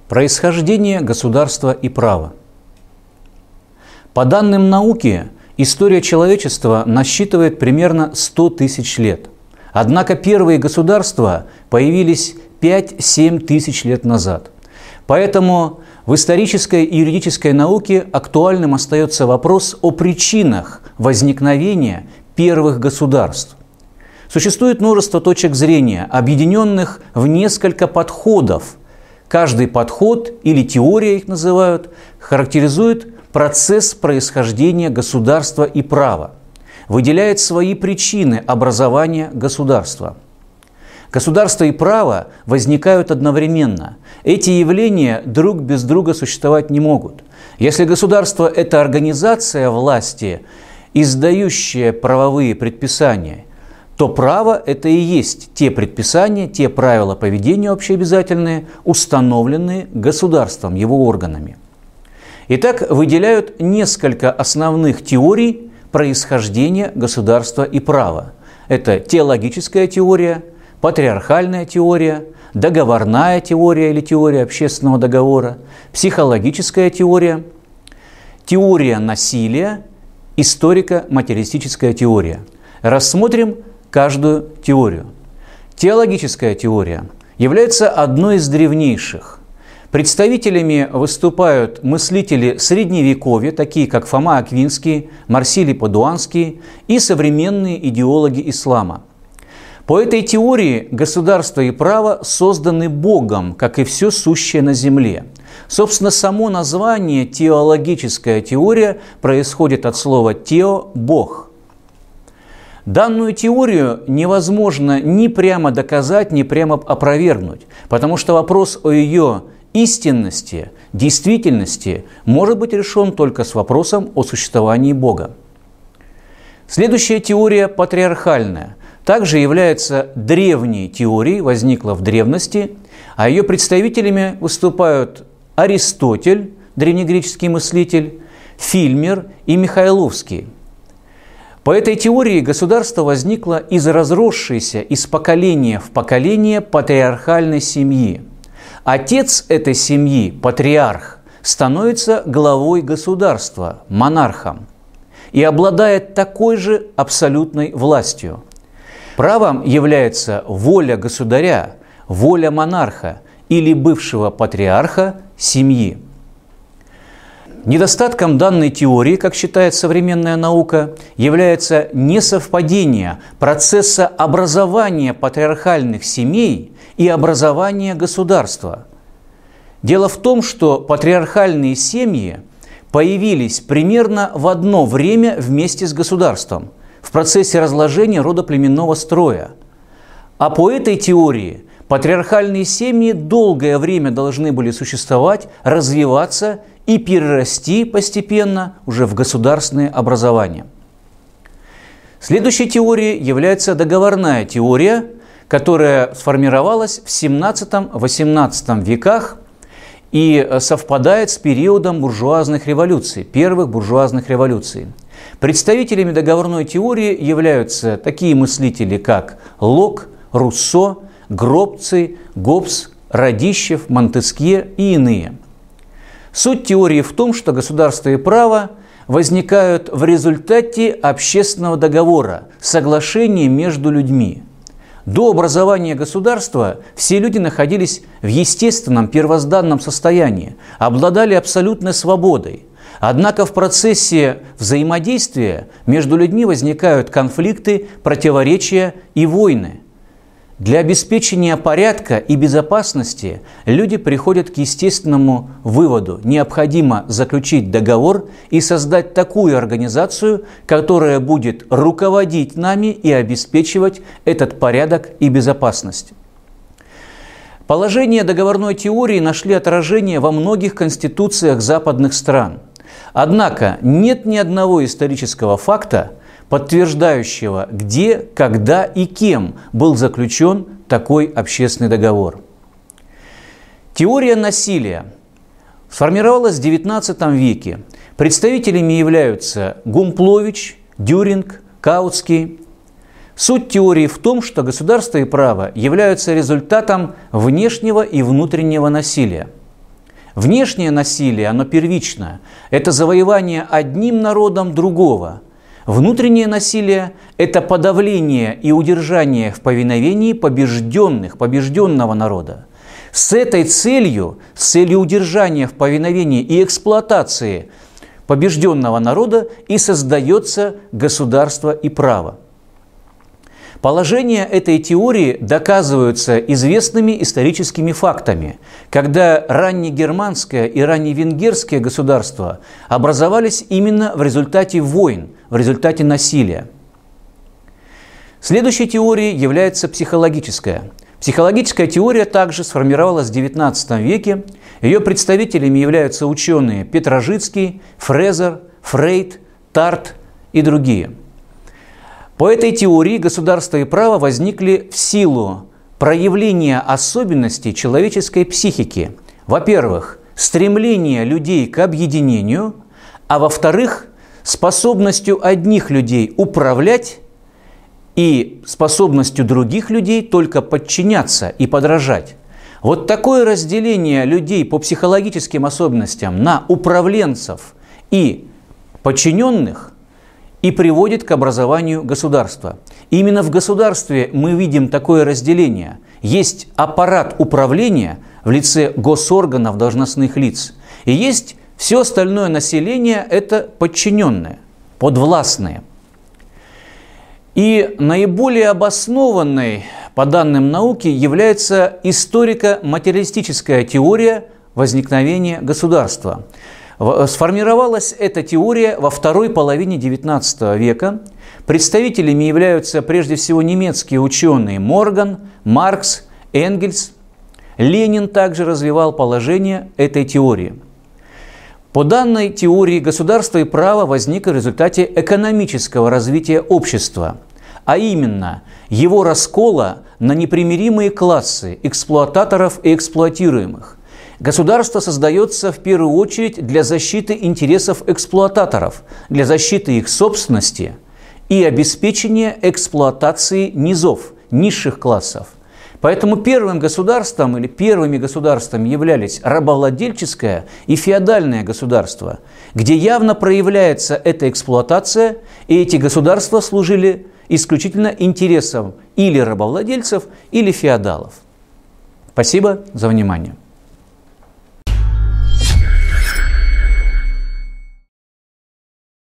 Происхождение государства и права. По данным науки, история человечества насчитывает примерно 100 тысяч лет. Однако первые государства появились 5-7 тысяч лет назад. Поэтому в исторической и юридической науке актуальным остается вопрос о причинах возникновения первых государств. Существует множество точек зрения, объединенных в несколько подходов. Каждый подход, или теория их называют, характеризует процесс происхождения государства и права, выделяет свои причины образования государства. Государство и право возникают одновременно. Эти явления друг без друга существовать не могут. Если государство – это организация власти, издающая правовые предписания, то право – это и есть те предписания, те правила поведения общеобязательные, установленные государством, его органами. Итак, выделяют несколько основных теорий происхождения государства и права. Это теологическая теория, патриархальная теория, договорная теория или теория общественного договора, психологическая теория, теория насилия, историко-материалистическая теория. Рассмотрим каждую теорию. Теологическая теория является одной из древнейших. Представителями выступают мыслители Средневековья, такие как Фома Аквинский, Марсилий Падуанский и современные идеологи ислама. По этой теории государство и право созданы Богом, как и все сущее на земле. Собственно, само название теологическая теория происходит от слова «тео» – «бог». Данную теорию невозможно ни прямо доказать, ни прямо опровергнуть, потому что вопрос о ее истинности, действительности может быть решен только с вопросом о существовании Бога. Следующая теория патриархальная. Также является древней теорией, возникла в древности, а ее представителями выступают Аристотель, древнегреческий мыслитель, Фильмер и Михайловский. По этой теории государство возникло из разросшейся из поколения в поколение патриархальной семьи. Отец этой семьи, патриарх, становится главой государства, монархом, и обладает такой же абсолютной властью. Правом является воля государя, воля монарха или бывшего патриарха семьи. Недостатком данной теории, как считает современная наука, является несовпадение процесса образования патриархальных семей и образования государства. Дело в том, что патриархальные семьи появились примерно в одно время вместе с государством в процессе разложения родоплеменного строя. А по этой теории патриархальные семьи долгое время должны были существовать, развиваться и перерасти постепенно уже в государственное образование. Следующей теорией является договорная теория, которая сформировалась в XVII-XVIII веках и совпадает с периодом буржуазных революций, первых буржуазных революций. Представителями договорной теории являются такие мыслители, как Лок, Руссо, Гробций, Гоббс, Радищев, Монтескье и иные. Суть теории в том, что государство и право возникают в результате общественного договора, соглашения между людьми. До образования государства все люди находились в естественном первозданном состоянии, обладали абсолютной свободой. Однако в процессе взаимодействия между людьми возникают конфликты, противоречия и войны. Для обеспечения порядка и безопасности люди приходят к естественному выводу: необходимо заключить договор и создать такую организацию, которая будет руководить нами и обеспечивать этот порядок и безопасность. Положения договорной теории нашли отражение во многих конституциях западных стран. Однако нет ни одного исторического факта, подтверждающего, где, когда и кем был заключен такой общественный договор. Теория насилия сформировалась в XIX веке. Представителями являются Гумплович, Дюринг, Каутский. Суть теории в том, что государство и право являются результатом внешнего и внутреннего насилия. Внешнее насилие, оно первично. Это завоевание одним народом другого. Внутреннее насилие – это подавление и удержание в повиновении побежденного народа. С этой целью, с целью удержания в повиновении и эксплуатации побежденного народа и создается государство и право. Положения этой теории доказываются известными историческими фактами, когда раннегерманское и ранневенгерское государства образовались именно в результате войн, в результате насилия. Следующей теорией является психологическая. Психологическая теория также сформировалась в XIX веке. Ее представителями являются ученые Петрожицкий, Фрезер, Фрейд, Тарт и другие. По этой теории государство и право возникли в силу проявления особенностей человеческой психики. Во-первых, стремление людей к объединению, а во-вторых, способностью одних людей управлять и способностью других людей только подчиняться и подражать. Вот такое разделение людей по психологическим особенностям на управленцев и подчиненных и приводит к образованию государства. И именно в государстве мы видим такое разделение. Есть аппарат управления в лице госорганов, должностных лиц, и есть все остальное население – это подчиненные, подвластные. И наиболее обоснованной, по данным науки, является историко-материалистическая теория возникновения государства. Сформировалась эта теория во второй половине XIX века. Представителями являются прежде всего немецкие ученые Морган, Маркс, Энгельс. Ленин также развивал положение этой теории. По данной теории государство и право возникло в результате экономического развития общества, а именно его раскола на непримиримые классы эксплуататоров и эксплуатируемых. Государство создается в первую очередь для защиты интересов эксплуататоров, для защиты их собственности и обеспечения эксплуатации низов, низших классов. Поэтому первым государством или первыми государствами являлись рабовладельческое и феодальное государство, где явно проявляется эта эксплуатация, и эти государства служили исключительно интересам или рабовладельцев, или феодалов. Спасибо за внимание.